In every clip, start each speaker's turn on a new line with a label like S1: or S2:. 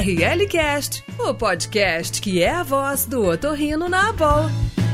S1: ORLcast, o podcast que é a voz do otorrino na ABOL.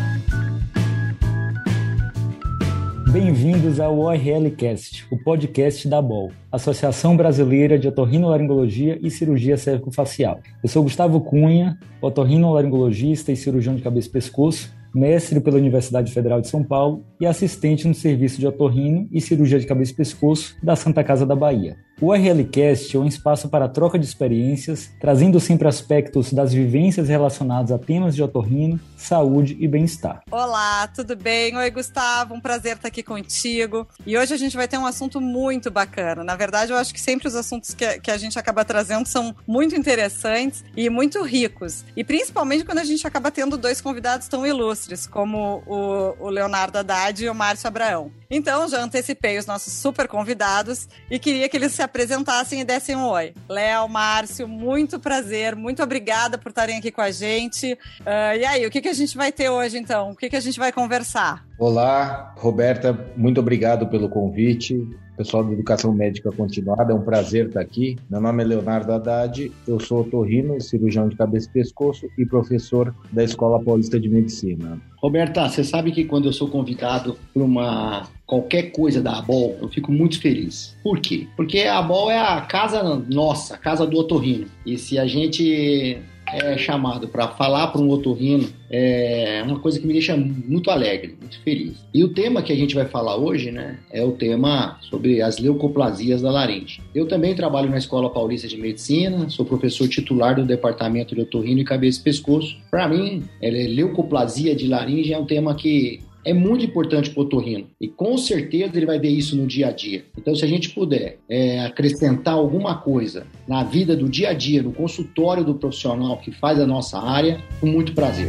S2: Bem-vindos ao ORLcast, o podcast da ABOL, Associação Brasileira de Otorrinolaringologia e Cirurgia Cérvico-Facial. Eu sou Gustavo Cunha, otorrinolaringologista e cirurgião de cabeça e pescoço, mestre pela Universidade Federal de São Paulo e assistente no Serviço de Otorrino e Cirurgia de Cabeça e Pescoço da Santa Casa da Bahia. O ORLcast é um espaço para troca de experiências, trazendo sempre aspectos das vivências relacionadas a temas de otorrino, saúde e bem-estar.
S3: Olá, tudo bem? Oi, Gustavo, um prazer estar aqui contigo. E hoje a gente vai ter um assunto muito bacana. Na verdade, eu acho que sempre os assuntos que a gente acaba trazendo são muito interessantes e muito ricos. E principalmente quando a gente acaba tendo dois convidados tão ilustres, como o Leonardo Haddad e o Márcio Abraão. Então, já antecipei os nossos super convidados e queria que eles se apresentassem e dessem um oi. Léo, Márcio, muito prazer, muito obrigada por estarem aqui com a gente. E aí, o que a gente vai ter hoje, então? O que a gente vai conversar?
S4: Olá, Roberta, muito obrigado pelo convite. Pessoal da Educação Médica Continuada, é um prazer estar aqui. Meu nome é Leonardo Haddad, eu sou otorrino, cirurgião de cabeça e pescoço e professor da Escola Paulista de Medicina.
S5: Roberta, você sabe que quando eu sou convidado para qualquer coisa da ABOL, eu fico muito feliz. Por quê? Porque a ABOL é a casa nossa, a casa do otorrino. E se a gente é chamado para falar para um otorrino, é uma coisa que me deixa muito alegre, muito feliz. E o tema que a gente vai falar hoje, né, é o tema sobre as leucoplasias da laringe. Eu também trabalho na Escola Paulista de Medicina, sou professor titular do Departamento de Otorrino e Cabeça e Pescoço. Para mim, leucoplasia de laringe é um tema que é muito importante para o otorrino e com certeza ele vai ver isso no dia a dia. Então, se a gente puder acrescentar alguma coisa na vida do dia a dia, no consultório do profissional que faz a nossa área, com muito prazer.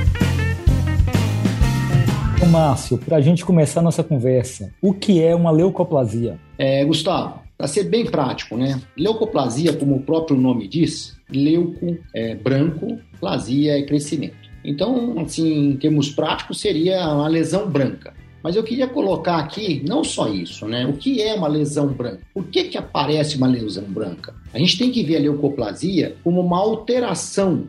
S2: Márcio, para a gente começar a nossa conversa, o que é uma leucoplasia?
S5: Gustavo, para ser bem prático, né? Leucoplasia, como o próprio nome diz, leuco é branco, plasia é crescimento. Então, assim, em termos práticos, seria uma lesão branca. Mas eu queria colocar aqui, não só isso, né? O que é uma lesão branca? Por que aparece uma lesão branca? A gente tem que ver a leucoplasia como uma alteração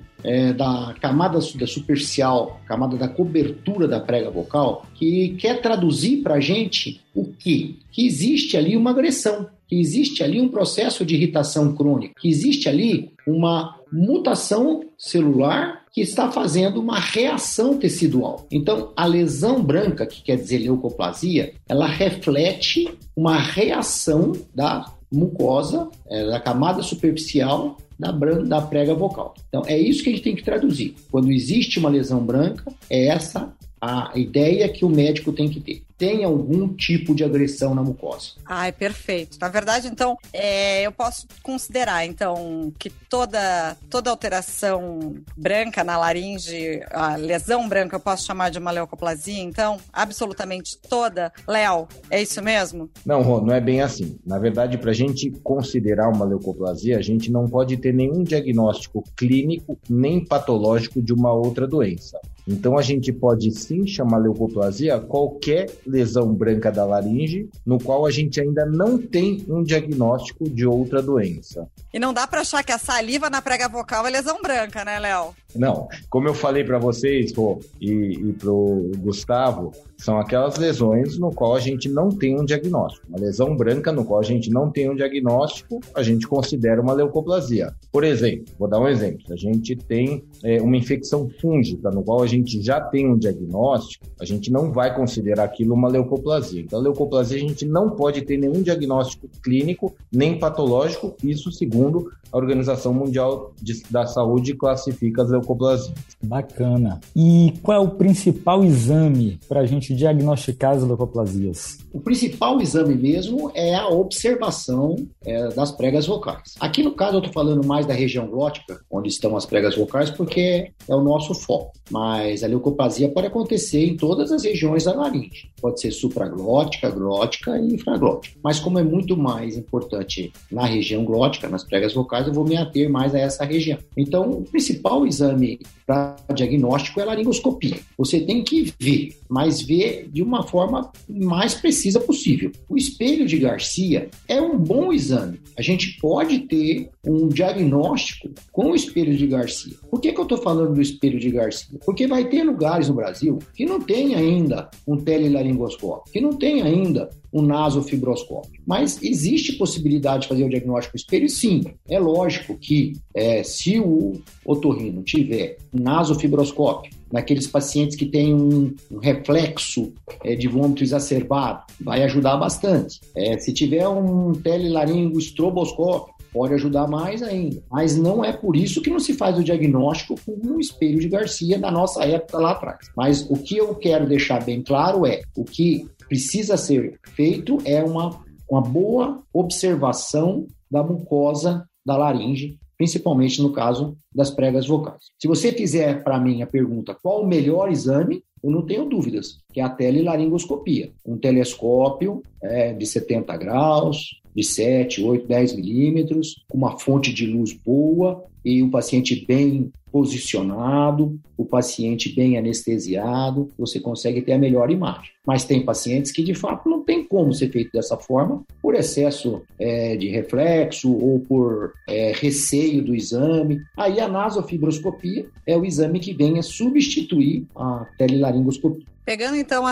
S5: da camada superficial, camada da cobertura da prega vocal, que quer traduzir para a gente o quê? Que existe ali uma agressão, que existe ali um processo de irritação crônica, que existe ali uma mutação celular que está fazendo uma reação tecidual. Então, a lesão branca, que quer dizer leucoplasia, ela reflete uma reação da mucosa, da camada superficial da prega vocal. Então, é isso que a gente tem que traduzir. Quando existe uma lesão branca, é essa a ideia que o médico tem que ter. Tem algum tipo de agressão na mucosa.
S3: Ai, perfeito. Na verdade, então, eu posso considerar, então, que toda alteração branca na laringe, a lesão branca, eu posso chamar de uma leucoplasia, então? Absolutamente toda? Léo, é isso mesmo?
S4: Não, Rô, não é bem assim. Na verdade, para a gente considerar uma leucoplasia, a gente não pode ter nenhum diagnóstico clínico nem patológico de uma outra doença. Então, a gente pode sim chamar leucoplasia qualquer lesão branca da laringe, no qual a gente ainda não tem um diagnóstico de outra doença.
S3: E não dá para achar que a saliva na prega vocal é lesão branca, né, Léo?
S4: Não. Como eu falei para vocês, Rô, e pro Gustavo, são aquelas lesões no qual a gente não tem um diagnóstico. Uma lesão branca no qual a gente não tem um diagnóstico, a gente considera uma leucoplasia. Por exemplo, vou dar um exemplo. A gente tem uma infecção fúngica no qual a gente já tem um diagnóstico, a gente não vai considerar aquilo uma leucoplasia. Então, a leucoplasia a gente não pode ter nenhum diagnóstico clínico nem patológico, isso segundo a Organização Mundial da Saúde classifica as leucoplasias.
S2: Bacana. E qual é o principal exame para a gente diagnosticar as leucoplasias?
S5: O principal exame mesmo é a observação das pregas vocais. Aqui no caso eu estou falando mais da região glótica, onde estão as pregas vocais, porque é o nosso foco. Mas a leucoplasia pode acontecer em todas as regiões da laringe. Pode ser supraglótica, glótica e infraglótica. Mas como é muito mais importante na região glótica, nas pregas vocais, eu vou me ater mais a essa região. Então, o principal exame para diagnóstico é a laringoscopia. Você tem que ver, mas ver ver de uma forma mais precisa possível. O espelho de Garcia é um bom exame. A gente pode ter um diagnóstico com o espelho de Garcia. Por que eu estou falando do espelho de Garcia? Porque vai ter lugares no Brasil que não tem ainda um telelaringoscópio, que não tem ainda um nasofibroscópio. Mas existe possibilidade de fazer o diagnóstico com espelho? Sim. É lógico que se o otorrino tiver um nasofibroscópio, naqueles pacientes que têm um reflexo de vômito exacerbado, vai ajudar bastante. Se tiver um telelaringoestroboscópio, pode ajudar mais ainda. Mas não é por isso que não se faz o diagnóstico com um espelho de Garcia da nossa época lá atrás. Mas o que eu quero deixar bem claro é o que precisa ser feito é uma boa observação da mucosa da laringe, principalmente no caso das pregas vocais. Se você fizer para mim a pergunta qual o melhor exame, eu não tenho dúvidas, que é a telelaringoscopia. Um telescópio de 70 graus, de 7, 8, 10 milímetros, com uma fonte de luz boa e o paciente bem posicionado, o paciente bem anestesiado, você consegue ter a melhor imagem. Mas tem pacientes que, de fato, não tem como ser feito dessa forma, por excesso de reflexo ou por receio do exame. Aí a nasofibroscopia é o exame que vem a substituir a telelaringoscopia.
S3: Pegando, então,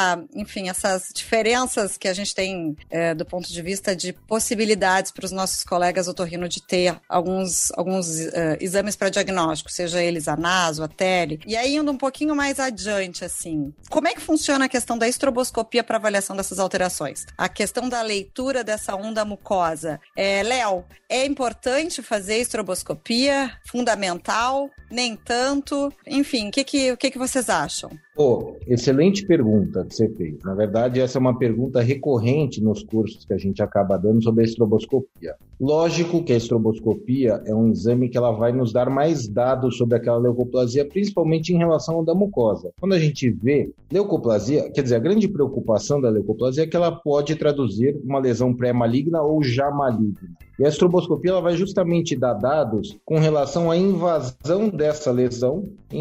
S3: essas diferenças que a gente tem do ponto de vista de possibilidades para os nossos colegas otorrino de ter alguns exames para diagnóstico, seja eles a naso, a tele, e aí indo um pouquinho mais adiante, assim, como é que funciona a questão da estroboscopia para avaliação dessas alterações? A questão da leitura dessa onda mucosa. Léo, é importante fazer estroboscopia? Fundamental? Nem tanto? Enfim, o que vocês acham?
S4: Excelente pergunta que você fez. Na verdade, essa é uma pergunta recorrente nos cursos que a gente acaba dando sobre a estroboscopia. Lógico que a estroboscopia é um exame que ela vai nos dar mais dados sobre aquela leucoplasia, principalmente em relação ao da mucosa. Quando a gente vê leucoplasia, quer dizer, a grande preocupação da leucoplasia é que ela pode traduzir uma lesão pré-maligna ou já maligna. E a estroboscopia ela vai justamente dar dados com relação à invasão dessa lesão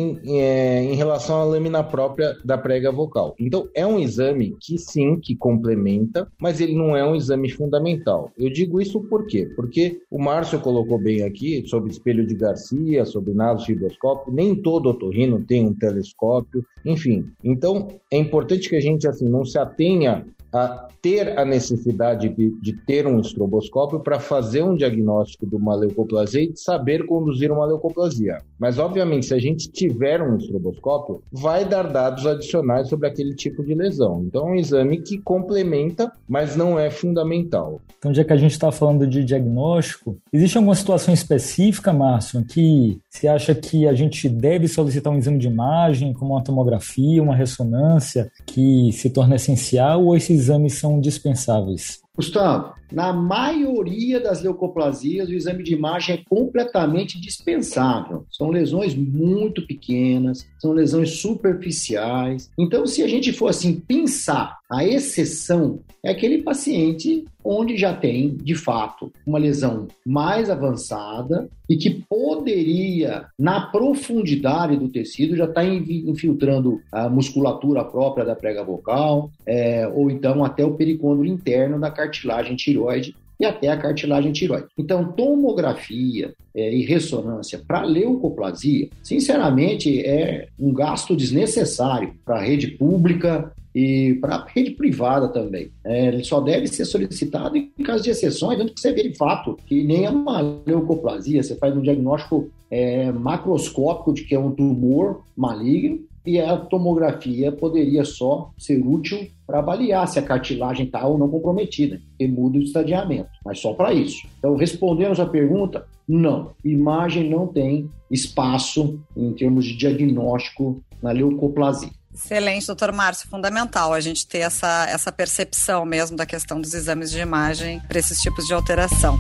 S4: em relação à lâmina própria da prega vocal. Então, é um exame que sim, que complementa, mas ele não é um exame fundamental. Eu digo isso por quê? Porque o Márcio colocou bem aqui sobre espelho de Garcia, sobre nasofibroscópio, nem todo otorrino tem um telescópio, enfim. Então, é importante que a gente não se atenha a ter a necessidade de ter um estroboscópio para fazer um diagnóstico de uma leucoplasia e de saber conduzir uma leucoplasia. Mas, obviamente, se a gente tiver um estroboscópio, vai dar dados adicionais sobre aquele tipo de lesão. Então, é um exame que complementa, mas não é fundamental.
S2: Então, já que a gente está falando de diagnóstico, existe alguma situação específica, Márcio, que você acha que a gente deve solicitar um exame de imagem, como uma tomografia, uma ressonância, que se torna essencial, ou esses exames são dispensáveis?
S5: Gustavo, na maioria das leucoplasias, o exame de imagem é completamente dispensável. São lesões muito pequenas, são lesões superficiais. Então, se a gente for pensar, a exceção é aquele paciente onde já tem, de fato, uma lesão mais avançada e que poderia, na profundidade do tecido, já estar infiltrando a musculatura própria da prega vocal, ou então até o pericôndrio interno da cartilagem tireoide e até a cartilagem tireoide. Então, tomografia e ressonância para leucoplasia, sinceramente, é um gasto desnecessário para a rede pública e para a rede privada também. Ele só deve ser solicitado em caso de exceções, tanto que você vê de fato que nem é uma leucoplasia, você faz um diagnóstico macroscópico de que é um tumor maligno, e a tomografia poderia só ser útil para avaliar se a cartilagem está ou não comprometida, e muda o estadiamento, mas só para isso. Então, respondendo a sua pergunta, não. Imagem não tem espaço em termos de diagnóstico na leucoplasia.
S3: Excelente, doutor Márcio, fundamental a gente ter essa percepção mesmo da questão dos exames de imagem para esses tipos de alteração.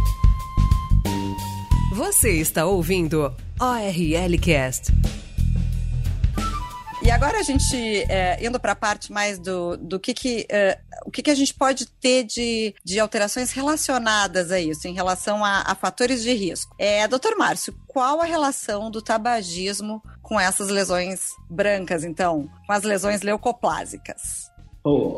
S1: Você está ouvindo ORL Cast. E
S3: agora a gente, indo para a parte mais do que o que a gente pode ter de alterações relacionadas a isso, em relação a fatores de risco. Doutor Márcio, qual a relação do tabagismo com essas lesões brancas, então, com as lesões leucoplásicas?
S5: O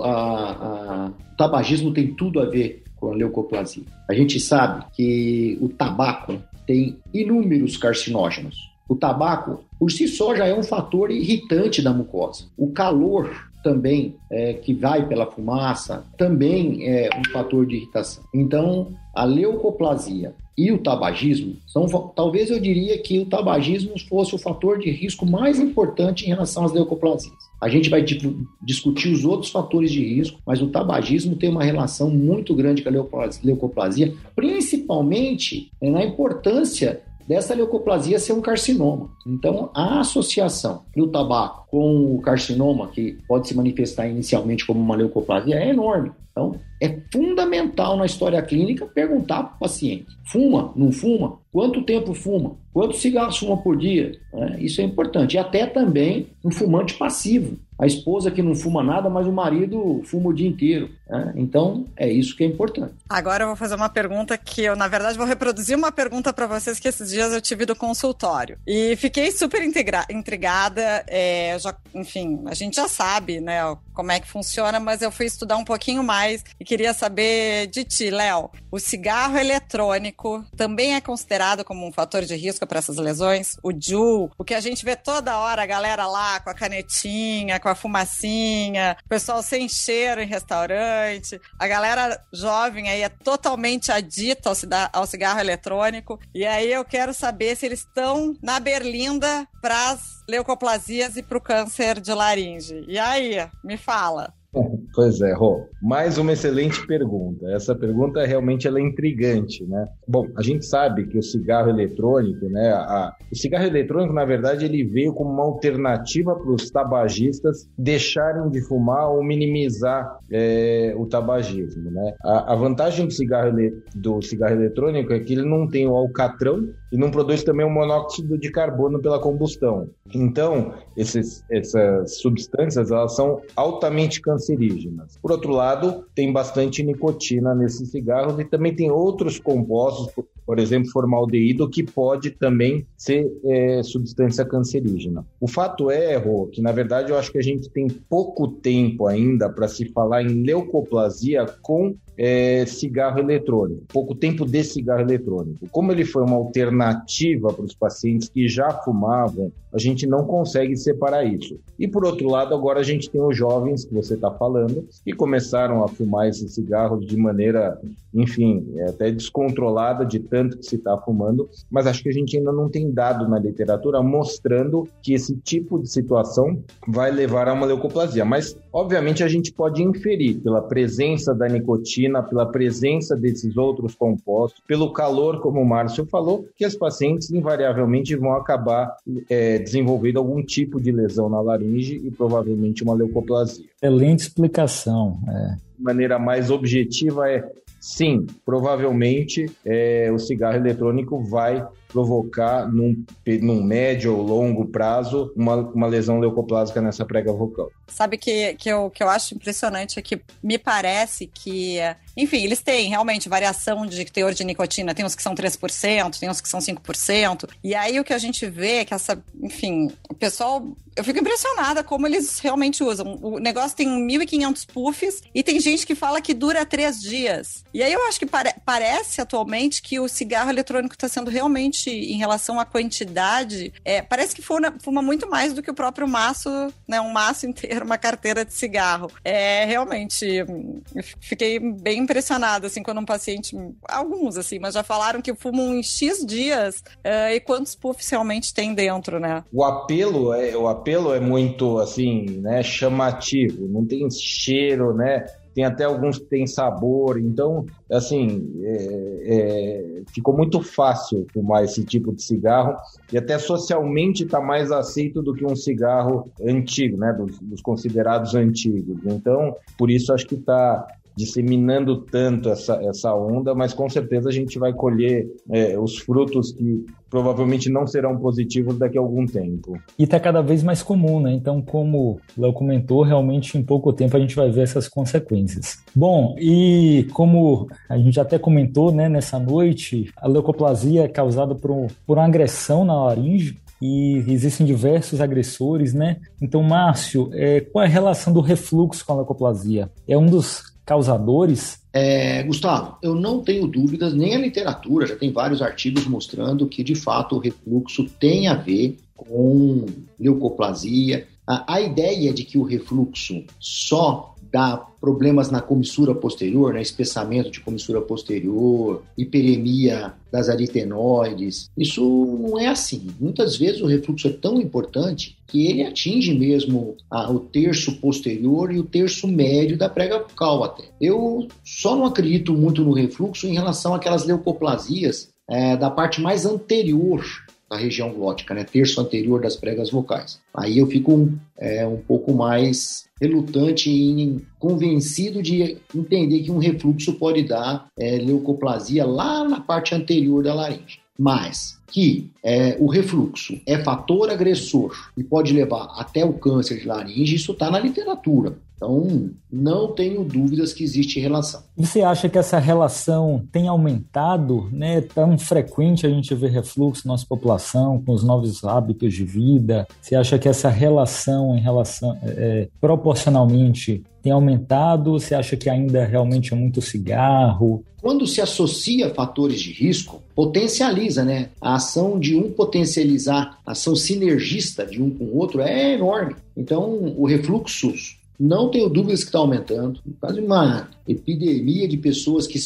S5: tabagismo tem tudo a ver com a leucoplasia. A gente sabe que o tabaco tem inúmeros carcinógenos. O tabaco, por si só, já é um fator irritante da mucosa. O calor também, que vai pela fumaça, também é um fator de irritação. Então, a leucoplasia e o tabagismo talvez eu diria que o tabagismo fosse o fator de risco mais importante em relação às leucoplasias. A gente vai discutir os outros fatores de risco, mas o tabagismo tem uma relação muito grande com a leucoplasia, principalmente na importância dessa leucoplasia ser um carcinoma. Então, a associação do tabaco com o carcinoma, que pode se manifestar inicialmente como uma leucoplasia, é enorme. Então, é fundamental na história clínica perguntar para o paciente: fuma? Não fuma? Quanto tempo fuma? Quantos cigarros fuma por dia? Isso é importante. E até também um fumante passivo. A esposa que não fuma nada, mas o marido fuma o dia inteiro. Então, é isso que é importante.
S3: Agora eu vou fazer uma pergunta que eu, na verdade, vou reproduzir uma pergunta para vocês que esses dias eu tive do consultório. E fiquei super intrigada. Enfim, a gente já sabe, né, como é que funciona, mas eu fui estudar um pouquinho mais e queria saber de ti, Léo. O cigarro eletrônico também é considerado como um fator de risco para essas lesões? O JUUL, o que a gente vê toda hora, a galera lá com a canetinha, com a fumacinha, o pessoal sem cheiro em restaurante, a galera jovem aí é totalmente adita ao cigarro eletrônico, e aí eu quero saber se eles estão na berlinda para as leucoplasias e para o câncer de laringe. E aí, me fala.
S4: Pois é, Rô. Mais uma excelente pergunta. Essa pergunta realmente ela é intrigante, né? Bom, a gente sabe que o cigarro eletrônico, né? O cigarro eletrônico, na verdade, ele veio como uma alternativa para os tabagistas deixarem de fumar ou minimizar o tabagismo, né? A vantagem do cigarro eletrônico é que ele não tem o alcatrão e não produz também o monóxido de carbono pela combustão. Então, essas substâncias, elas são altamente cancerígenas. Por outro lado, tem bastante nicotina nesses cigarros e também tem outros compostos, por exemplo, formaldeído, que pode também ser substância cancerígena. O fato é, Rô, que na verdade eu acho que a gente tem pouco tempo ainda para se falar em leucoplasia com cigarro eletrônico, pouco tempo de cigarro eletrônico. Como ele foi uma alternativa para os pacientes que já fumavam, a gente não consegue separar isso. E por outro lado, agora a gente tem os jovens que você está falando, que começaram a fumar esses cigarros de maneira, enfim, até descontrolada de tanto que se está fumando, mas acho que a gente ainda não tem dado na literatura mostrando que esse tipo de situação vai levar a uma leucoplasia. Mas, obviamente, a gente pode inferir pela presença da nicotina, pela presença desses outros compostos, pelo calor, como o Márcio falou, que as pacientes invariavelmente vão acabar desenvolvendo algum tipo de lesão na laringe e provavelmente uma leucoplasia.
S2: Excelente explicação.
S4: De maneira mais objetiva sim, provavelmente o cigarro eletrônico vai provocar num médio ou longo prazo uma lesão leucoplásica nessa prega vocal.
S3: Sabe que eu acho impressionante é que me parece que, enfim, eles têm realmente variação de teor de nicotina, tem uns que são 3%, tem uns que são 5%, e aí o que a gente vê é que o pessoal, eu fico impressionada como eles realmente usam. O negócio tem 1.500 puffs e tem gente que fala que dura 3 dias. E aí eu acho que parece atualmente que o cigarro eletrônico está sendo realmente, em relação à quantidade, parece que fuma muito mais do que o próprio maço, né, um maço inteiro, uma carteira de cigarro. Realmente, eu fiquei bem impressionada, assim, quando um paciente, alguns, assim, mas já falaram que fumam em X dias e quantos puffs realmente tem dentro, né?
S4: O apelo é muito, assim, né, chamativo, não tem cheiro, né? Tem até alguns que têm sabor, então, assim, ficou muito fácil fumar esse tipo de cigarro e até socialmente está mais aceito do que um cigarro antigo, né, dos considerados antigos. Então, por isso acho que está disseminando tanto essa onda, mas com certeza a gente vai colher os frutos que provavelmente não serão positivos daqui a algum tempo.
S2: E está cada vez mais comum, né? Então, como o Léo comentou, realmente em pouco tempo a gente vai ver essas consequências. Bom, e como a gente até comentou, né, nessa noite, a leucoplasia é causada por uma agressão na laringe, e existem diversos agressores, né? Então, Márcio, qual é a relação do refluxo com a leucoplasia? É um dos causadores?
S5: Gustavo, eu não tenho dúvidas, nem a literatura, já tem vários artigos mostrando que, de fato, o refluxo tem a ver com leucoplasia. A ideia de que o refluxo só dá problemas na comissura posterior, né, espessamento de comissura posterior, hiperemia das aritenoides, isso não é assim. Muitas vezes o refluxo é tão importante que ele atinge mesmo o terço posterior e o terço médio da prega bucal até. Eu só não acredito muito no refluxo em relação àquelas leucoplasias da parte mais anterior da região glótica, né, terço anterior das pregas vocais. Aí eu fico um pouco mais relutante e convencido de entender que um refluxo pode dar leucoplasia lá na parte anterior da laringe. Mas que o refluxo é fator agressor e pode levar até o câncer de laringe, isso está na literatura. Então, não tenho dúvidas que existe relação.
S2: Você acha que essa relação tem aumentado, né? É tão frequente a gente ver refluxo na nossa população, com os novos hábitos de vida? Você acha que essa relação proporcionalmente tem aumentado? Você acha que ainda realmente é muito cigarro?
S5: Quando se associa fatores de risco, potencializa, né? A ação de um potencializar, a ação sinergista de um com o outro é enorme. Então, o refluxo, não tenho dúvidas que está aumentando. Quase uma epidemia de pessoas que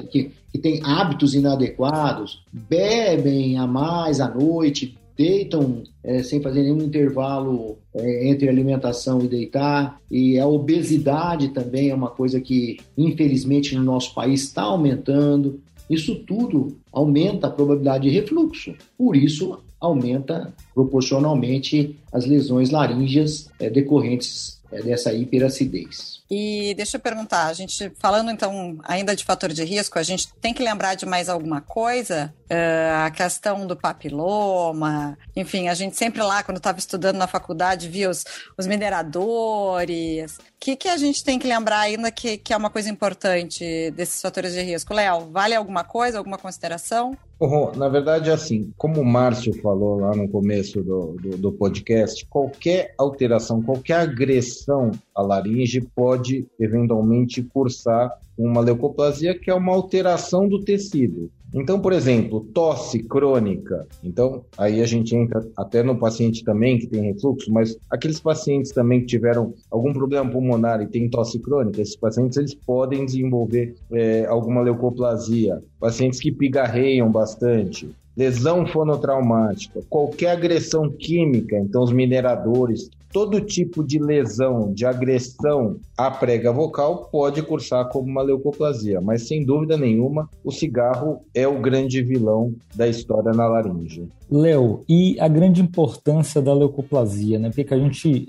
S5: que têm hábitos inadequados, bebem a mais à noite, deitam sem fazer nenhum intervalo entre alimentação e deitar. E a obesidade também é uma coisa que, infelizmente, no nosso país está aumentando. Isso tudo aumenta a probabilidade de refluxo. Por isso, aumenta proporcionalmente as lesões laríngeas decorrentes dessa hiperacidez.
S3: E deixa eu perguntar, a gente falando então ainda de fator de risco, a gente tem que lembrar de mais alguma coisa? A questão do papiloma, enfim, a gente sempre lá, quando estava estudando na faculdade, via os mineradores. O que a gente tem que lembrar ainda que é uma coisa importante desses fatores de risco? Léo, vale alguma coisa, alguma consideração?
S4: Na verdade, assim, como o Márcio falou lá no começo do podcast, qualquer alteração, qualquer agressão à laringe pode eventualmente cursar uma leucoplasia, que é uma alteração do tecido. Então, por exemplo, tosse crônica. Então, aí a gente entra até no paciente também que tem refluxo, mas aqueles pacientes também que tiveram algum problema pulmonar e tem tosse crônica, esses pacientes eles podem desenvolver alguma leucoplasia. Pacientes que pigarreiam bastante, lesão fonotraumática, qualquer agressão química, então os mineradores, todo tipo de lesão, de agressão à prega vocal pode cursar como uma leucoplasia, mas sem dúvida nenhuma o cigarro é o grande vilão da história na laringe.
S2: Léo, e a grande importância da leucoplasia, né? Por que a gente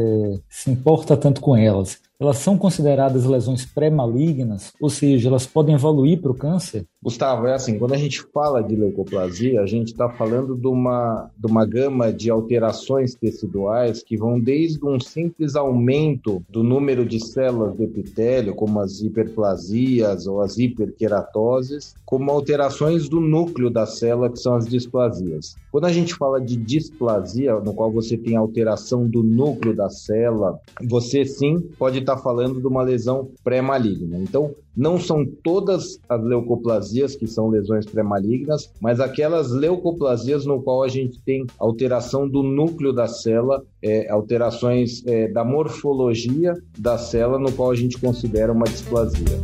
S2: se importa tanto com elas? Elas são consideradas lesões pré-malignas, ou seja, elas podem evoluir para o câncer?
S4: Gustavo, é assim, quando a gente fala de leucoplasia, a gente está falando de uma gama de alterações teciduais que vão desde um simples aumento do número de células do epitélio, como as hiperplasias ou as hiperqueratoses, como alterações do núcleo da célula, que são as displasias. Quando a gente fala de displasia, no qual você tem alteração do núcleo da célula, você sim pode estar falando de uma lesão pré-maligna. Então, não são todas as leucoplasias que são lesões pré-malignas, mas aquelas leucoplasias no qual a gente tem alteração do núcleo da célula, alterações da morfologia da célula, no qual a gente considera uma displasia.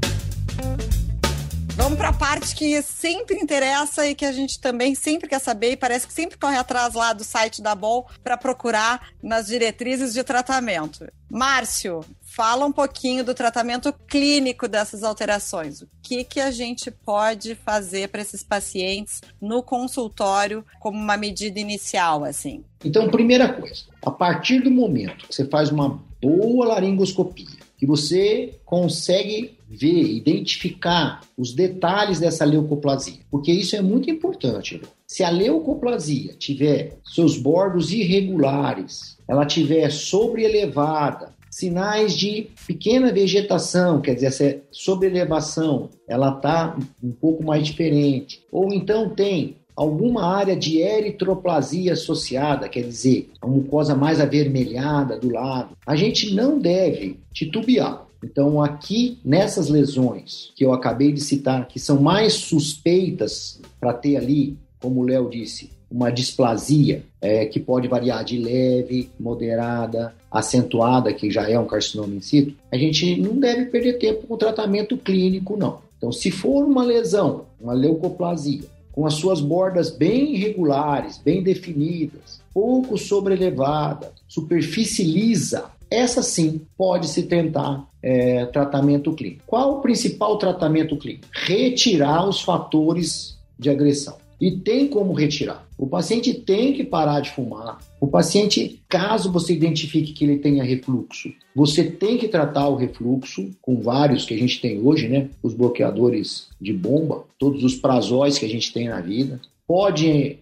S3: Vamos para a parte que sempre interessa e que a gente também sempre quer saber e parece que sempre corre atrás lá do site da BOL para procurar nas diretrizes de tratamento. Márcio, fala um pouquinho do tratamento clínico dessas alterações. O que a gente pode fazer para esses pacientes no consultório como uma medida inicial, assim?
S5: Então, primeira coisa, a partir do momento que você faz uma boa laringoscopia, que você consegue ver, identificar os detalhes dessa leucoplasia, porque isso é muito importante. Se a leucoplasia tiver seus bordos irregulares, ela tiver sobreelevada, sinais de pequena vegetação, quer dizer, essa sobreelevação, ela está um pouco mais diferente, ou então tem alguma área de eritroplasia associada, quer dizer, a mucosa mais avermelhada do lado, a gente não deve titubear. Então, aqui, nessas lesões que eu acabei de citar, que são mais suspeitas para ter ali, como o Léo disse, uma displasia, que pode variar de leve, moderada, acentuada, que já é um carcinoma in situ, a gente não deve perder tempo com o tratamento clínico, não. Então, se for uma lesão, uma leucoplasia, com as suas bordas bem irregulares, bem definidas, pouco sobreelevada, superfície lisa, essa sim pode-se tentar tratamento clínico. Qual o principal tratamento clínico? Retirar os fatores de agressão. E tem como retirar. O paciente tem que parar de fumar. O paciente, caso você identifique que ele tenha refluxo, você tem que tratar o refluxo com vários que a gente tem hoje, né? Os bloqueadores de bomba, todos os prazóis que a gente tem na vida. Pode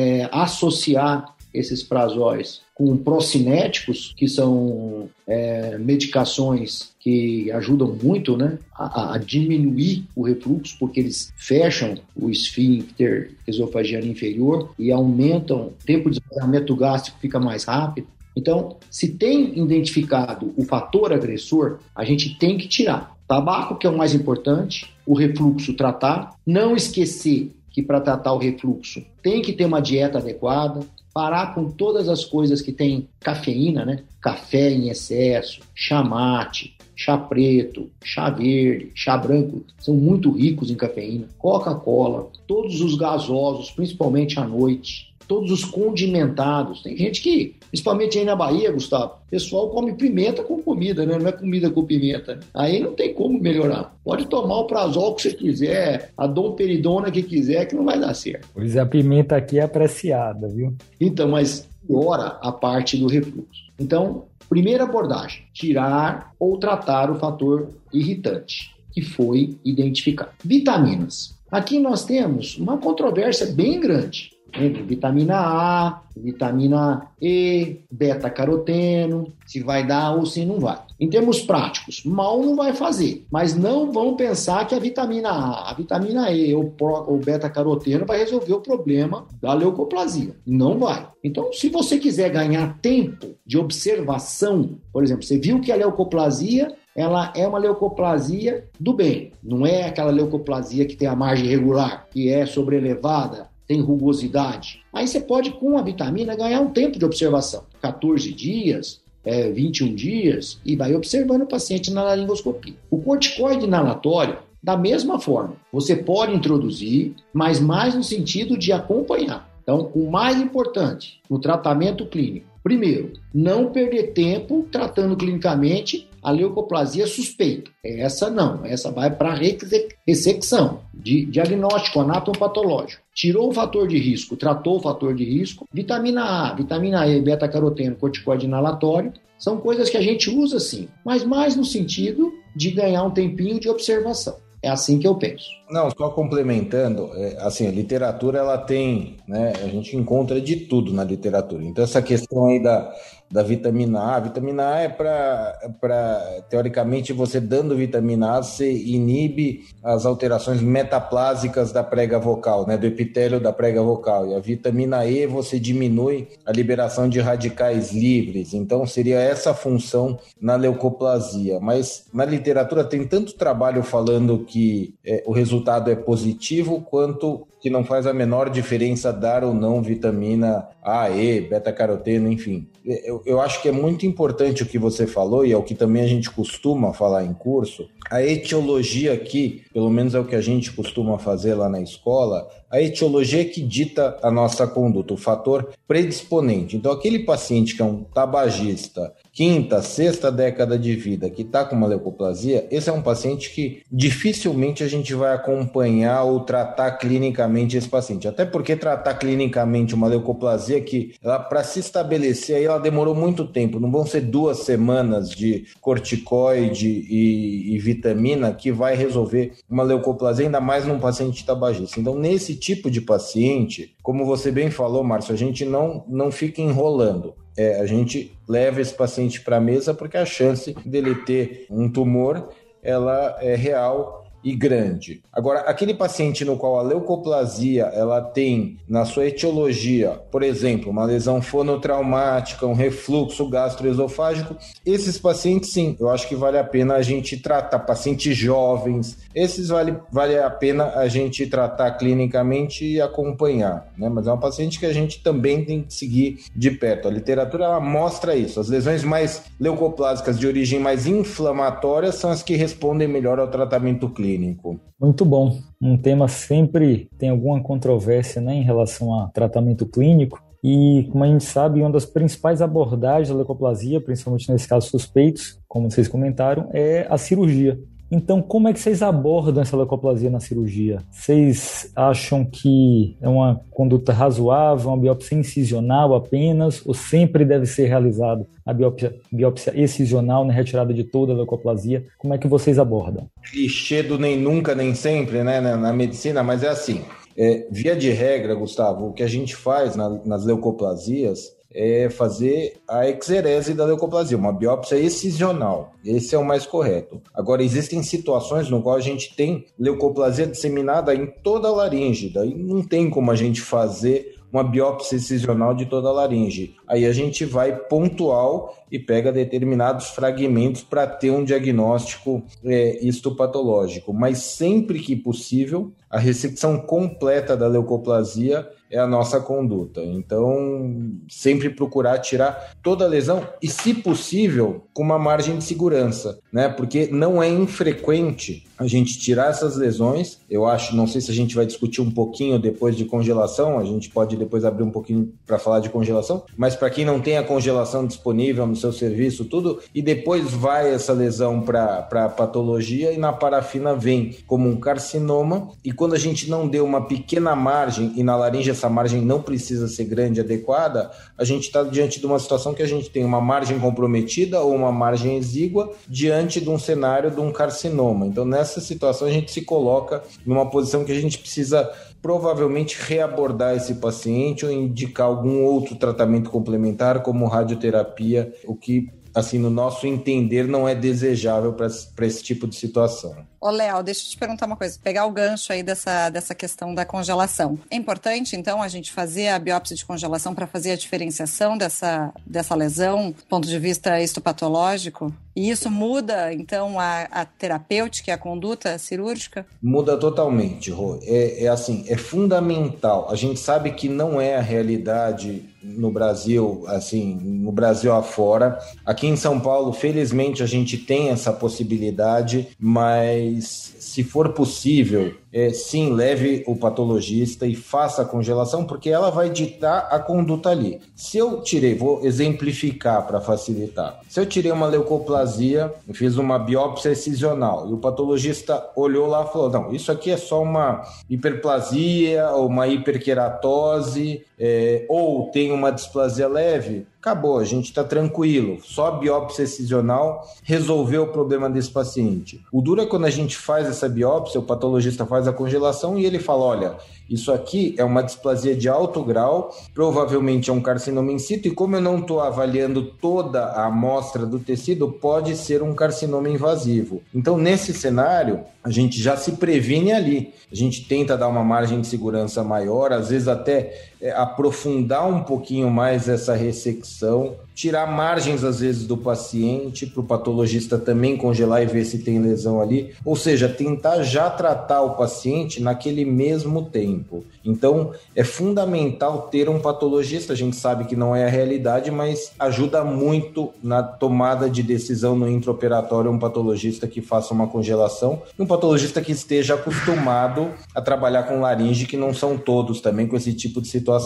S5: associar esses prazóis com procinéticos, que são medicações que ajudam muito, né, a diminuir o refluxo, porque eles fecham o esfíncter esofagiano inferior e aumentam o tempo de esvaziamento gástrico, fica mais rápido. Então, se tem identificado o fator agressor, a gente tem que tirar. Tabaco, que é o mais importante, o refluxo tratar, não esquecer que para tratar o refluxo tem que ter uma dieta adequada, parar com todas as coisas que tem cafeína, né? Café em excesso, chá mate, chá preto, chá verde, chá branco, são muito ricos em cafeína. Coca-Cola, todos os gasosos, principalmente à noite, todos os condimentados. Tem gente que, principalmente aí na Bahia, Gustavo, o pessoal come pimenta com comida, né? Não é comida com pimenta. Aí não tem como melhorar. Pode tomar o prazol que você quiser, a domperidona que quiser, que não vai dar certo.
S2: Pois é, a pimenta aqui é apreciada, viu?
S5: Então, mas piora a parte do refluxo. Então, primeira abordagem, tirar ou tratar o fator irritante que foi identificado. Vitaminas. Aqui nós temos uma controvérsia bem grande entre vitamina A, vitamina E, beta-caroteno, se vai dar ou se não vai. Em termos práticos, mal não vai fazer, mas não vão pensar que a vitamina A, a vitamina E ou beta-caroteno vai resolver o problema da leucoplasia. Não vai. Então, se você quiser ganhar tempo de observação, por exemplo, você viu que a leucoplasia ela é uma leucoplasia do bem, não é aquela leucoplasia que tem a margem irregular, que é sobreelevada, tem rugosidade. Aí você pode, com a vitamina, ganhar um tempo de observação. 14 dias, 21 dias, e vai observando o paciente na laringoscopia. O corticoide inalatório, da mesma forma, você pode introduzir, mas mais no sentido de acompanhar. Então, o mais importante no tratamento clínico, primeiro, não perder tempo tratando clinicamente a leucoplasia suspeita. Essa não, essa vai para ressecção, diagnóstico anatomopatológico. Tirou o fator de risco, tratou o fator de risco, vitamina A, vitamina E, beta-caroteno, corticoide inalatório, são coisas que a gente usa sim, mas mais no sentido de ganhar um tempinho de observação. É assim que eu penso.
S4: Não, só complementando, assim, a literatura ela tem, né, a gente encontra de tudo na literatura. Então essa questão aí da vitamina A é para, teoricamente, você dando vitamina A, você inibe as alterações metaplásicas da prega vocal, né, do epitélio da prega vocal. E a vitamina E, você diminui a liberação de radicais livres. Então seria essa a função na leucoplasia. Mas na literatura tem tanto trabalho falando que o resultado é positivo, quanto que não faz a menor diferença dar ou não vitamina A, E, beta-caroteno, enfim. Eu acho que é muito importante o que você falou, e é o que também a gente costuma falar em curso. A etiologia aqui, pelo menos é o que a gente costuma fazer lá na escola, a etiologia é que dita a nossa conduta, o fator predisponente. Então, aquele paciente que é um tabagista, quinta, sexta década de vida que está com uma leucoplasia, esse é um paciente que dificilmente a gente vai acompanhar ou tratar clinicamente esse paciente. Até porque tratar clinicamente uma leucoplasia que ela, para se estabelecer, aí ela demorou muito tempo. Não vão ser 2 semanas de corticoide e vitamina que vai resolver uma leucoplasia, ainda mais num paciente tabagista. Então, nesse tipo de paciente, como você bem falou, Márcio, a gente não fica enrolando. A gente leva esse paciente para a mesa porque a chance dele ter um tumor ela é real e grande. Agora, aquele paciente no qual a leucoplasia ela tem na sua etiologia, por exemplo, uma lesão fonotraumática, um refluxo gastroesofágico, esses pacientes sim, eu acho que vale a pena a gente tratar. Pacientes jovens, esses vale a pena a gente tratar clinicamente e acompanhar, né? Mas é um paciente que a gente também tem que seguir de perto. A literatura ela mostra isso. As lesões mais leucoplásicas de origem mais inflamatória são as que respondem melhor ao tratamento clínico.
S2: Muito bom. Um tema sempre tem alguma controvérsia, né, em relação a tratamento clínico. E, como a gente sabe, uma das principais abordagens da leucoplasia, principalmente nesses casos suspeitos, como vocês comentaram, é a cirurgia. Então, como é que vocês abordam essa leucoplasia na cirurgia? Vocês acham que é uma conduta razoável, uma biópsia incisional apenas, ou sempre deve ser realizado a biópsia excisional na retirada de toda a leucoplasia? Como é que vocês abordam?
S4: Clichê do nem nunca, nem sempre, né, na medicina, mas é assim. Via de regra, Gustavo, o que a gente faz nas leucoplasias é fazer a exerese da leucoplasia, uma biópsia excisional. Esse é o mais correto. Agora, existem situações no qual a gente tem leucoplasia disseminada em toda a laringe, daí não tem como a gente fazer uma biópsia excisional de toda a laringe. Aí a gente vai pontual e pega determinados fragmentos para ter um diagnóstico histopatológico. Mas sempre que possível, a ressecção completa da leucoplasia é a nossa conduta. Então, sempre procurar tirar toda a lesão e, se possível, com uma margem de segurança, né? Porque não é infrequente a gente tirar essas lesões. Eu acho, não sei se a gente vai discutir um pouquinho depois de congelação, a gente pode depois abrir um pouquinho para falar de congelação, mas para quem não tem a congelação disponível no seu serviço, tudo, e depois vai essa lesão para patologia e na parafina vem como um carcinoma, e quando a gente não deu uma pequena margem, e na laringe essa margem não precisa ser grande e adequada, a gente está diante de uma situação que a gente tem uma margem comprometida ou uma margem exígua diante de um cenário de um carcinoma. Então, nessa situação, a gente se coloca numa posição que a gente precisa provavelmente reabordar esse paciente ou indicar algum outro tratamento complementar, como radioterapia, o que, assim, no nosso entender, não é desejável para esse tipo de situação.
S3: Ô, Léo, deixa eu te perguntar uma coisa, pegar o gancho aí dessa questão da congelação. É importante, então, a gente fazer a biópsia de congelação para fazer a diferenciação dessa lesão do ponto de vista histopatológico? E isso muda, então, a terapêutica e a conduta cirúrgica?
S4: Muda totalmente, Rô. Assim, é fundamental. A gente sabe que não é a realidade no Brasil, assim, no Brasil afora. Aqui em São Paulo, felizmente, a gente tem essa possibilidade, mas se for possível, sim, leve o patologista e faça a congelação, porque ela vai ditar a conduta ali. Se eu tirei, vou exemplificar para facilitar. Se eu tirei uma leucoplasia, eu fiz uma biópsia excisional e o patologista olhou lá e falou, não, isso aqui é só uma hiperplasia ou uma hiperqueratose, ou tem uma displasia leve, acabou, a gente está tranquilo. Só a biópsia excisional resolveu o problema desse paciente. O duro é quando a gente faz essa biópsia, o patologista faz a congelação e ele fala, olha, isso aqui é uma displasia de alto grau, provavelmente é um carcinoma in situ, e como eu não estou avaliando toda a amostra do tecido, pode ser um carcinoma invasivo. Então, nesse cenário, a gente já se previne ali. A gente tenta dar uma margem de segurança maior, às vezes até aprofundar um pouquinho mais essa ressecção, tirar margens, às vezes, do paciente, para o patologista também congelar e ver se tem lesão ali. Ou seja, tentar já tratar o paciente naquele mesmo tempo. Então, é fundamental ter um patologista. A gente sabe que não é a realidade, mas ajuda muito na tomada de decisão no intraoperatório um patologista que faça uma congelação e um patologista que esteja acostumado a trabalhar com laringe, que não são todos também com esse tipo de situação.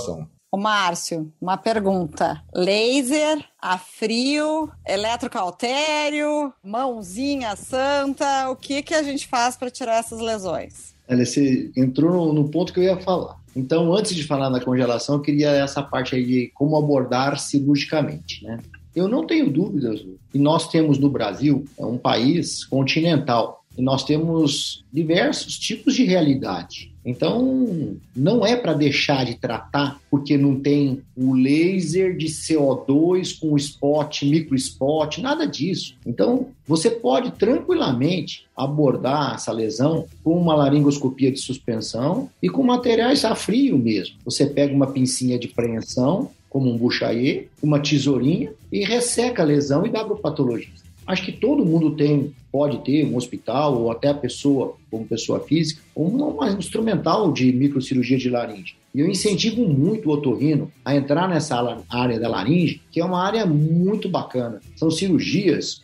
S3: Ô Márcio, uma pergunta. Laser, a frio, eletrocautério, mãozinha santa, o que a gente faz para tirar essas lesões?
S5: Olha, você entrou no ponto que eu ia falar. Então, antes de falar da congelação, eu queria essa parte aí de como abordar cirurgicamente, né? Eu não tenho dúvidas que nós temos no Brasil, é um país continental, e nós temos diversos tipos de realidade. Então, não é para deixar de tratar porque não tem o laser de CO2 com spot, microspot, nada disso. Então, você pode tranquilamente abordar essa lesão com uma laringoscopia de suspensão e com materiais a frio mesmo. Você pega uma pincinha de preensão, como um Bouchayer, uma tesourinha e resseca a lesão e dá para o patologista. Acho que todo mundo pode ter um hospital ou até a pessoa, como pessoa física, uma instrumental de microcirurgia de laringe. E eu incentivo muito o otorrino a entrar nessa área da laringe, que é uma área muito bacana. São cirurgias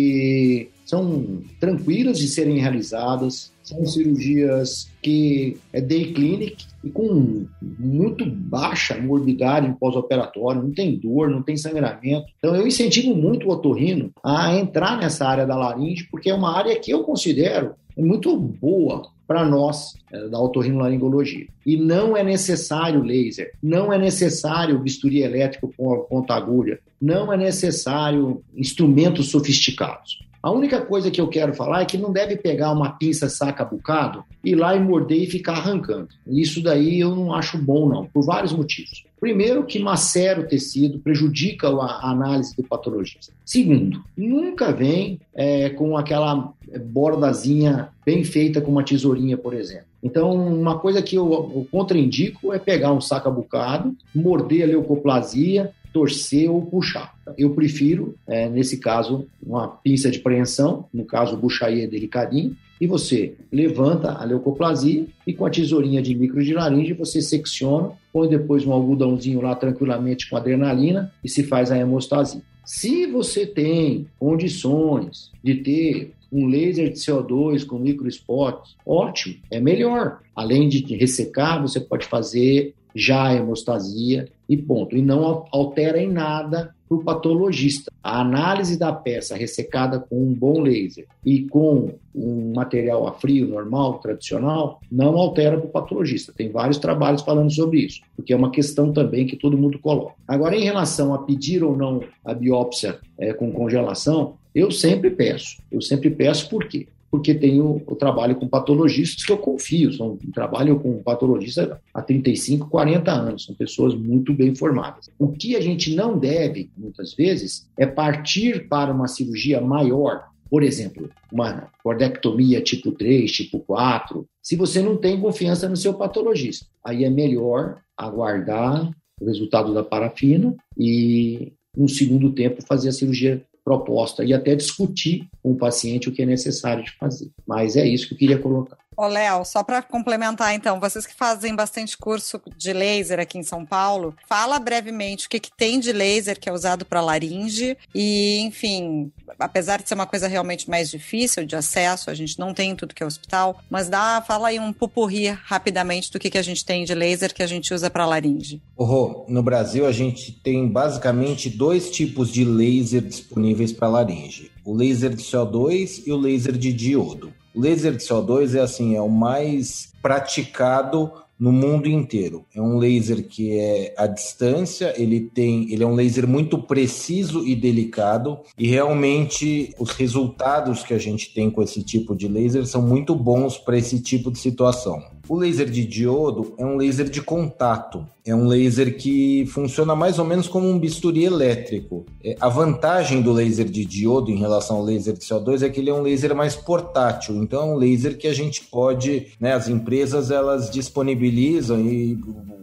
S5: que são tranquilas de serem realizadas, são cirurgias que é day clinic e com muito baixa morbidade pós-operatório, não tem dor, não tem sangramento. Então eu incentivo muito o otorrino a entrar nessa área da laringe, porque é uma área que eu considero muito boa para nós da otorrinolaringologia. E não é necessário laser, não é necessário bisturi elétrico com a ponta-agulha, não é necessário instrumentos sofisticados. A única coisa que eu quero falar é que não deve pegar uma pinça saca-bucado, ir lá e morder e ficar arrancando. Isso daí eu não acho bom, não, por vários motivos. Primeiro, que macera o tecido, prejudica a análise do patologista. Segundo, nunca vem com aquela bordazinha bem feita com uma tesourinha, por exemplo. Então, uma coisa que eu contraindico é pegar um saca-bucado, morder a leucoplasia, torcer ou puxar. Eu prefiro, nesse caso, uma pinça de preensão, no caso o Bouchayer delicadinho, e você levanta a leucoplasia e com a tesourinha de micro de laringe você secciona, põe depois um algodãozinho lá tranquilamente com adrenalina e se faz a hemostasia. Se você tem condições de ter um laser de CO2 com microspot, ótimo, é melhor. Além de ressecar, você pode fazer já a hemostasia e ponto. E não altera em nada para o patologista. A análise da peça ressecada com um bom laser e com um material a frio normal, tradicional, não altera para o patologista. Tem vários trabalhos falando sobre isso, porque é uma questão também que todo mundo coloca. Agora, em relação a pedir ou não a biópsia com congelação, eu sempre peço. Por quê? Porque tenho o trabalho com patologistas que eu confio, trabalho com patologistas há 35, 40 anos, são pessoas muito bem formadas. O que a gente não deve, muitas vezes, é partir para uma cirurgia maior, por exemplo, uma cordectomia tipo 3, tipo 4, se você não tem confiança no seu patologista. Aí é melhor aguardar o resultado da parafina e, no segundo tempo, fazer a cirurgia proposta e até discutir com o paciente o que é necessário de fazer. Mas é isso que eu queria colocar.
S3: Ô, Léo, só para complementar, então, vocês que fazem bastante curso de laser aqui em São Paulo, fala brevemente o que tem de laser que é usado para laringe e, enfim, apesar de ser uma coisa realmente mais difícil de acesso, a gente não tem tudo que é hospital, mas fala aí um pupurri rapidamente do que a gente tem de laser que a gente usa para laringe.
S4: No Brasil a gente tem basicamente 2 tipos de laser disponíveis para laringe. O laser de CO2 e o laser de diodo. O laser de CO2 é o mais praticado no mundo inteiro. É um laser que é à distância, ele é um laser muito preciso e delicado e realmente os resultados que a gente tem com esse tipo de laser são muito bons para esse tipo de situação. O laser de diodo é um laser de contato, é um laser que funciona mais ou menos como um bisturi elétrico. A vantagem do laser de diodo em relação ao laser de CO2 é que ele é um laser mais portátil, então é um laser que a gente pode, as empresas elas disponibilizam e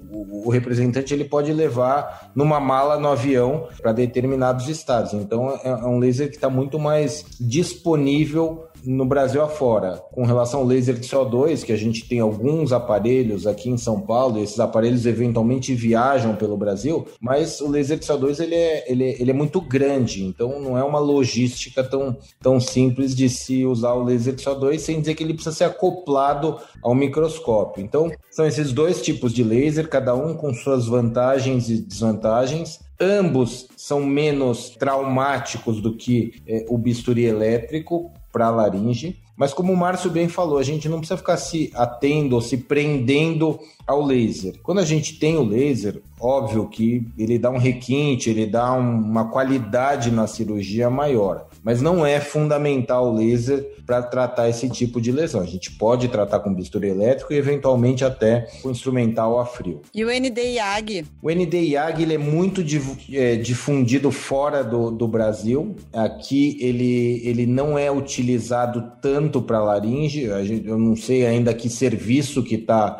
S4: o representante ele pode levar numa mala no avião para determinados estados. Então é um laser que está muito mais disponível no Brasil afora, com relação ao laser de CO2, que a gente tem alguns aparelhos aqui em São Paulo, e esses aparelhos eventualmente viajam pelo Brasil, mas o laser de CO2 ele é muito grande, então não é uma logística tão simples de se usar o laser de CO2 sem dizer que ele precisa ser acoplado ao microscópio. Então, são esses dois tipos de laser, cada um com suas vantagens e desvantagens. Ambos são menos traumáticos do que o bisturi elétrico para a laringe, mas como o Márcio bem falou, a gente não precisa ficar se atendo ou se prendendo ao laser. Quando a gente tem o laser, óbvio que ele dá um requinte, ele dá uma qualidade na cirurgia maior, mas não é fundamental o laser para tratar esse tipo de lesão. A gente pode tratar com bisturi elétrico e eventualmente até com instrumental a frio.
S3: E o Nd:YAG?
S4: O Nd:YAG ele é muito difundido fora do Brasil. Aqui ele não é utilizado tanto para laringe. Eu não sei ainda que serviço que está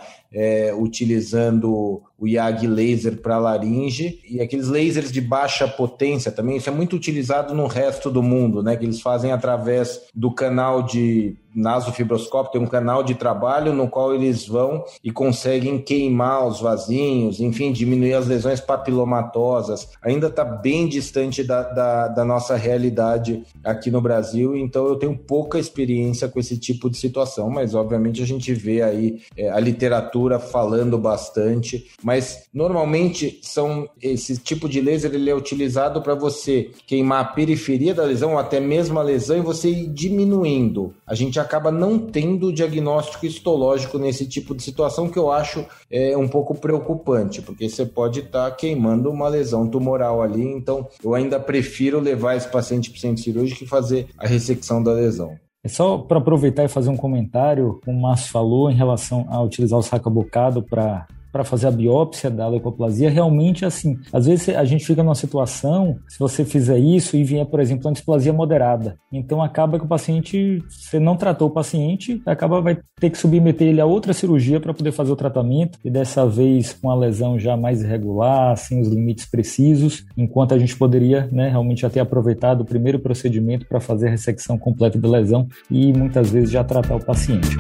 S4: utilizando o YAG laser para laringe, e aqueles lasers de baixa potência também, isso é muito utilizado no resto do mundo, né, que eles fazem através do canal de nasofibroscópio, tem um canal de trabalho no qual eles vão e conseguem queimar os vasinhos, enfim, diminuir as lesões papilomatosas. Ainda está bem distante da nossa realidade aqui no Brasil, então eu tenho pouca experiência com esse tipo de situação, mas obviamente a gente vê aí a literatura falando bastante, mas normalmente esse tipo de laser ele é utilizado para você queimar a periferia da lesão ou até mesmo a lesão e você ir diminuindo. A gente acaba não tendo diagnóstico histológico nesse tipo de situação, que eu acho um pouco preocupante, porque você pode estar queimando uma lesão tumoral ali, então eu ainda prefiro levar esse paciente para o centro cirúrgico e fazer a ressecção da lesão.
S2: É só para aproveitar e fazer um comentário, como o Márcio falou, em relação a utilizar o sacabocado para fazer a biópsia da leucoplasia, realmente assim, às vezes a gente fica numa situação, se você fizer isso e vier, por exemplo, uma displasia moderada, então acaba que o paciente, você não tratou o paciente, vai ter que submeter ele a outra cirurgia para poder fazer o tratamento, e dessa vez com a lesão já mais irregular, sem os limites precisos, enquanto a gente poderia, né, realmente já ter aproveitado o primeiro procedimento para fazer a ressecção completa da lesão e muitas vezes já tratar o paciente.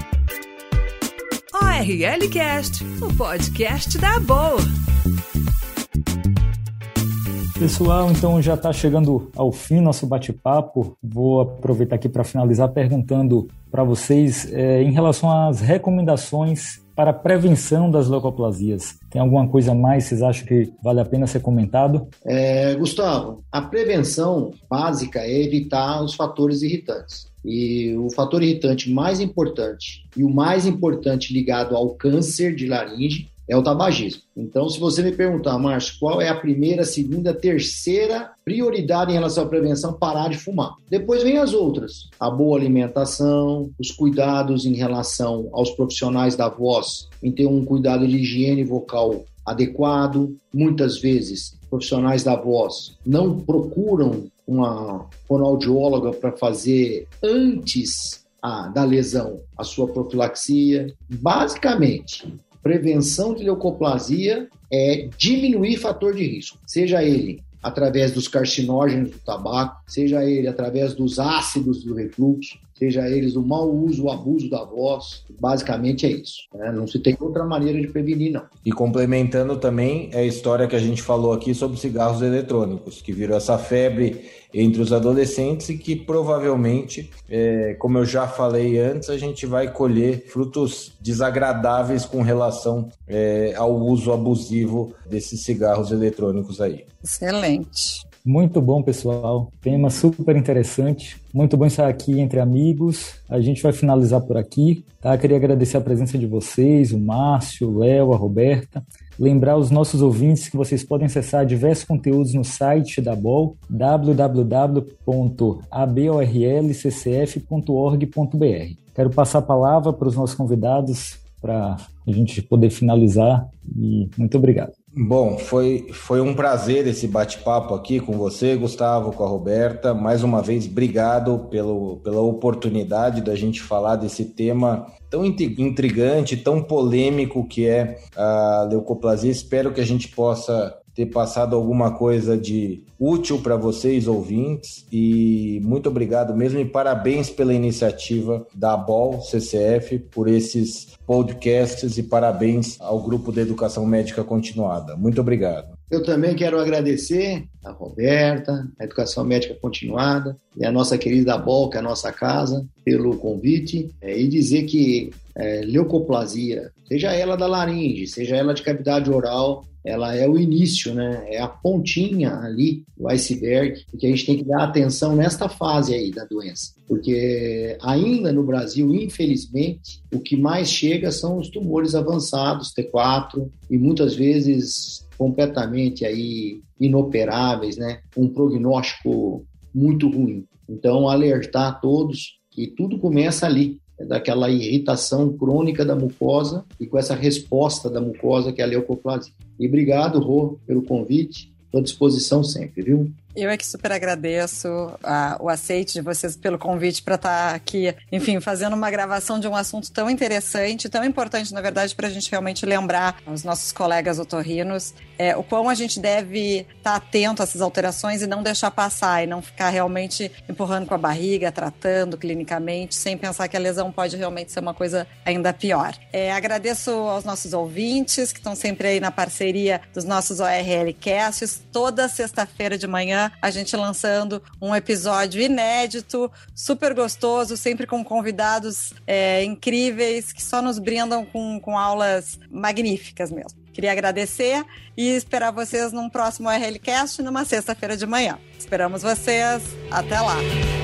S1: ORLcast, o podcast da boa.
S2: Pessoal, então já está chegando ao fim nosso bate-papo. Vou aproveitar aqui para finalizar perguntando para vocês em relação às recomendações para a prevenção das leucoplasias. Tem alguma coisa a mais que vocês acham que vale a pena ser comentado?
S5: Gustavo, a prevenção básica é evitar os fatores irritantes. E o fator irritante mais importante e o mais importante ligado ao câncer de laringe é o tabagismo. Então, se você me perguntar, Márcio, qual é a primeira, segunda, terceira prioridade em relação à prevenção? Parar de fumar. Depois vem as outras. A boa alimentação, os cuidados em relação aos profissionais da voz, em ter um cuidado de higiene vocal adequado. Muitas vezes, profissionais da voz não procuram uma fonoaudióloga para fazer antes da lesão a sua profilaxia. Basicamente, prevenção de leucoplasia é diminuir fator de risco, seja ele através dos carcinógenos do tabaco, seja ele através dos ácidos do refluxo, seja eles o mau uso, o abuso da voz. Basicamente é isso, né? Não se tem outra maneira de prevenir, não.
S4: E complementando também a história que a gente falou aqui sobre cigarros eletrônicos, que virou essa febre entre os adolescentes e que provavelmente, como eu já falei antes, a gente vai colher frutos desagradáveis com relação ao uso abusivo desses cigarros eletrônicos aí.
S3: Excelente.
S2: Muito bom, pessoal. Tema super interessante. Muito bom estar aqui entre amigos. A gente vai finalizar por aqui, tá? Queria agradecer a presença de vocês, o Márcio, o Léo, a Roberta. Lembrar os nossos ouvintes que vocês podem acessar diversos conteúdos no site da BOL, www.aborlccf.org.br. Quero passar a palavra para os nossos convidados para a gente poder finalizar e muito obrigado.
S4: Bom, foi um prazer esse bate-papo aqui com você, Gustavo, com a Roberta. Mais uma vez, obrigado pela oportunidade da gente falar desse tema tão intrigante, tão polêmico que é a leucoplasia. Espero que a gente possa ter passado alguma coisa de útil para vocês, ouvintes, e muito obrigado mesmo e parabéns pela iniciativa da ABOL CCF por esses podcasts e parabéns ao Grupo de Educação Médica Continuada. Muito obrigado.
S5: Eu também quero agradecer a Roberta, a Educação Médica Continuada e a nossa querida ABOL, que é a nossa casa, pelo convite e dizer que leucoplasia, seja ela da laringe, seja ela de cavidade oral, ela é o início, né? É a pontinha ali do iceberg, que a gente tem que dar atenção nesta fase aí da doença. Porque ainda no Brasil, infelizmente, o que mais chega são os tumores avançados, T4, e muitas vezes completamente aí inoperáveis, né? Um prognóstico muito ruim. Então, alertar a todos que tudo começa ali, daquela irritação crônica da mucosa e com essa resposta da mucosa que é a leucoplasia. E obrigado, Rô, pelo convite. Estou à disposição sempre, viu?
S3: Eu é que super agradeço o aceite de vocês pelo convite para estar aqui, enfim, fazendo uma gravação de um assunto tão interessante, tão importante, na verdade, para a gente realmente lembrar aos nossos colegas otorrinos o quão a gente deve estar atento a essas alterações e não deixar passar, e não ficar realmente empurrando com a barriga, tratando clinicamente, sem pensar que a lesão pode realmente ser uma coisa ainda pior. Agradeço aos nossos ouvintes, que estão sempre aí na parceria dos nossos ORLcasts, toda sexta-feira de manhã, a gente lançando um episódio inédito, super gostoso, sempre com convidados incríveis, que só nos brindam com aulas magníficas mesmo. Queria agradecer e esperar vocês num próximo ORLcast numa sexta-feira de manhã. Esperamos vocês. Até lá!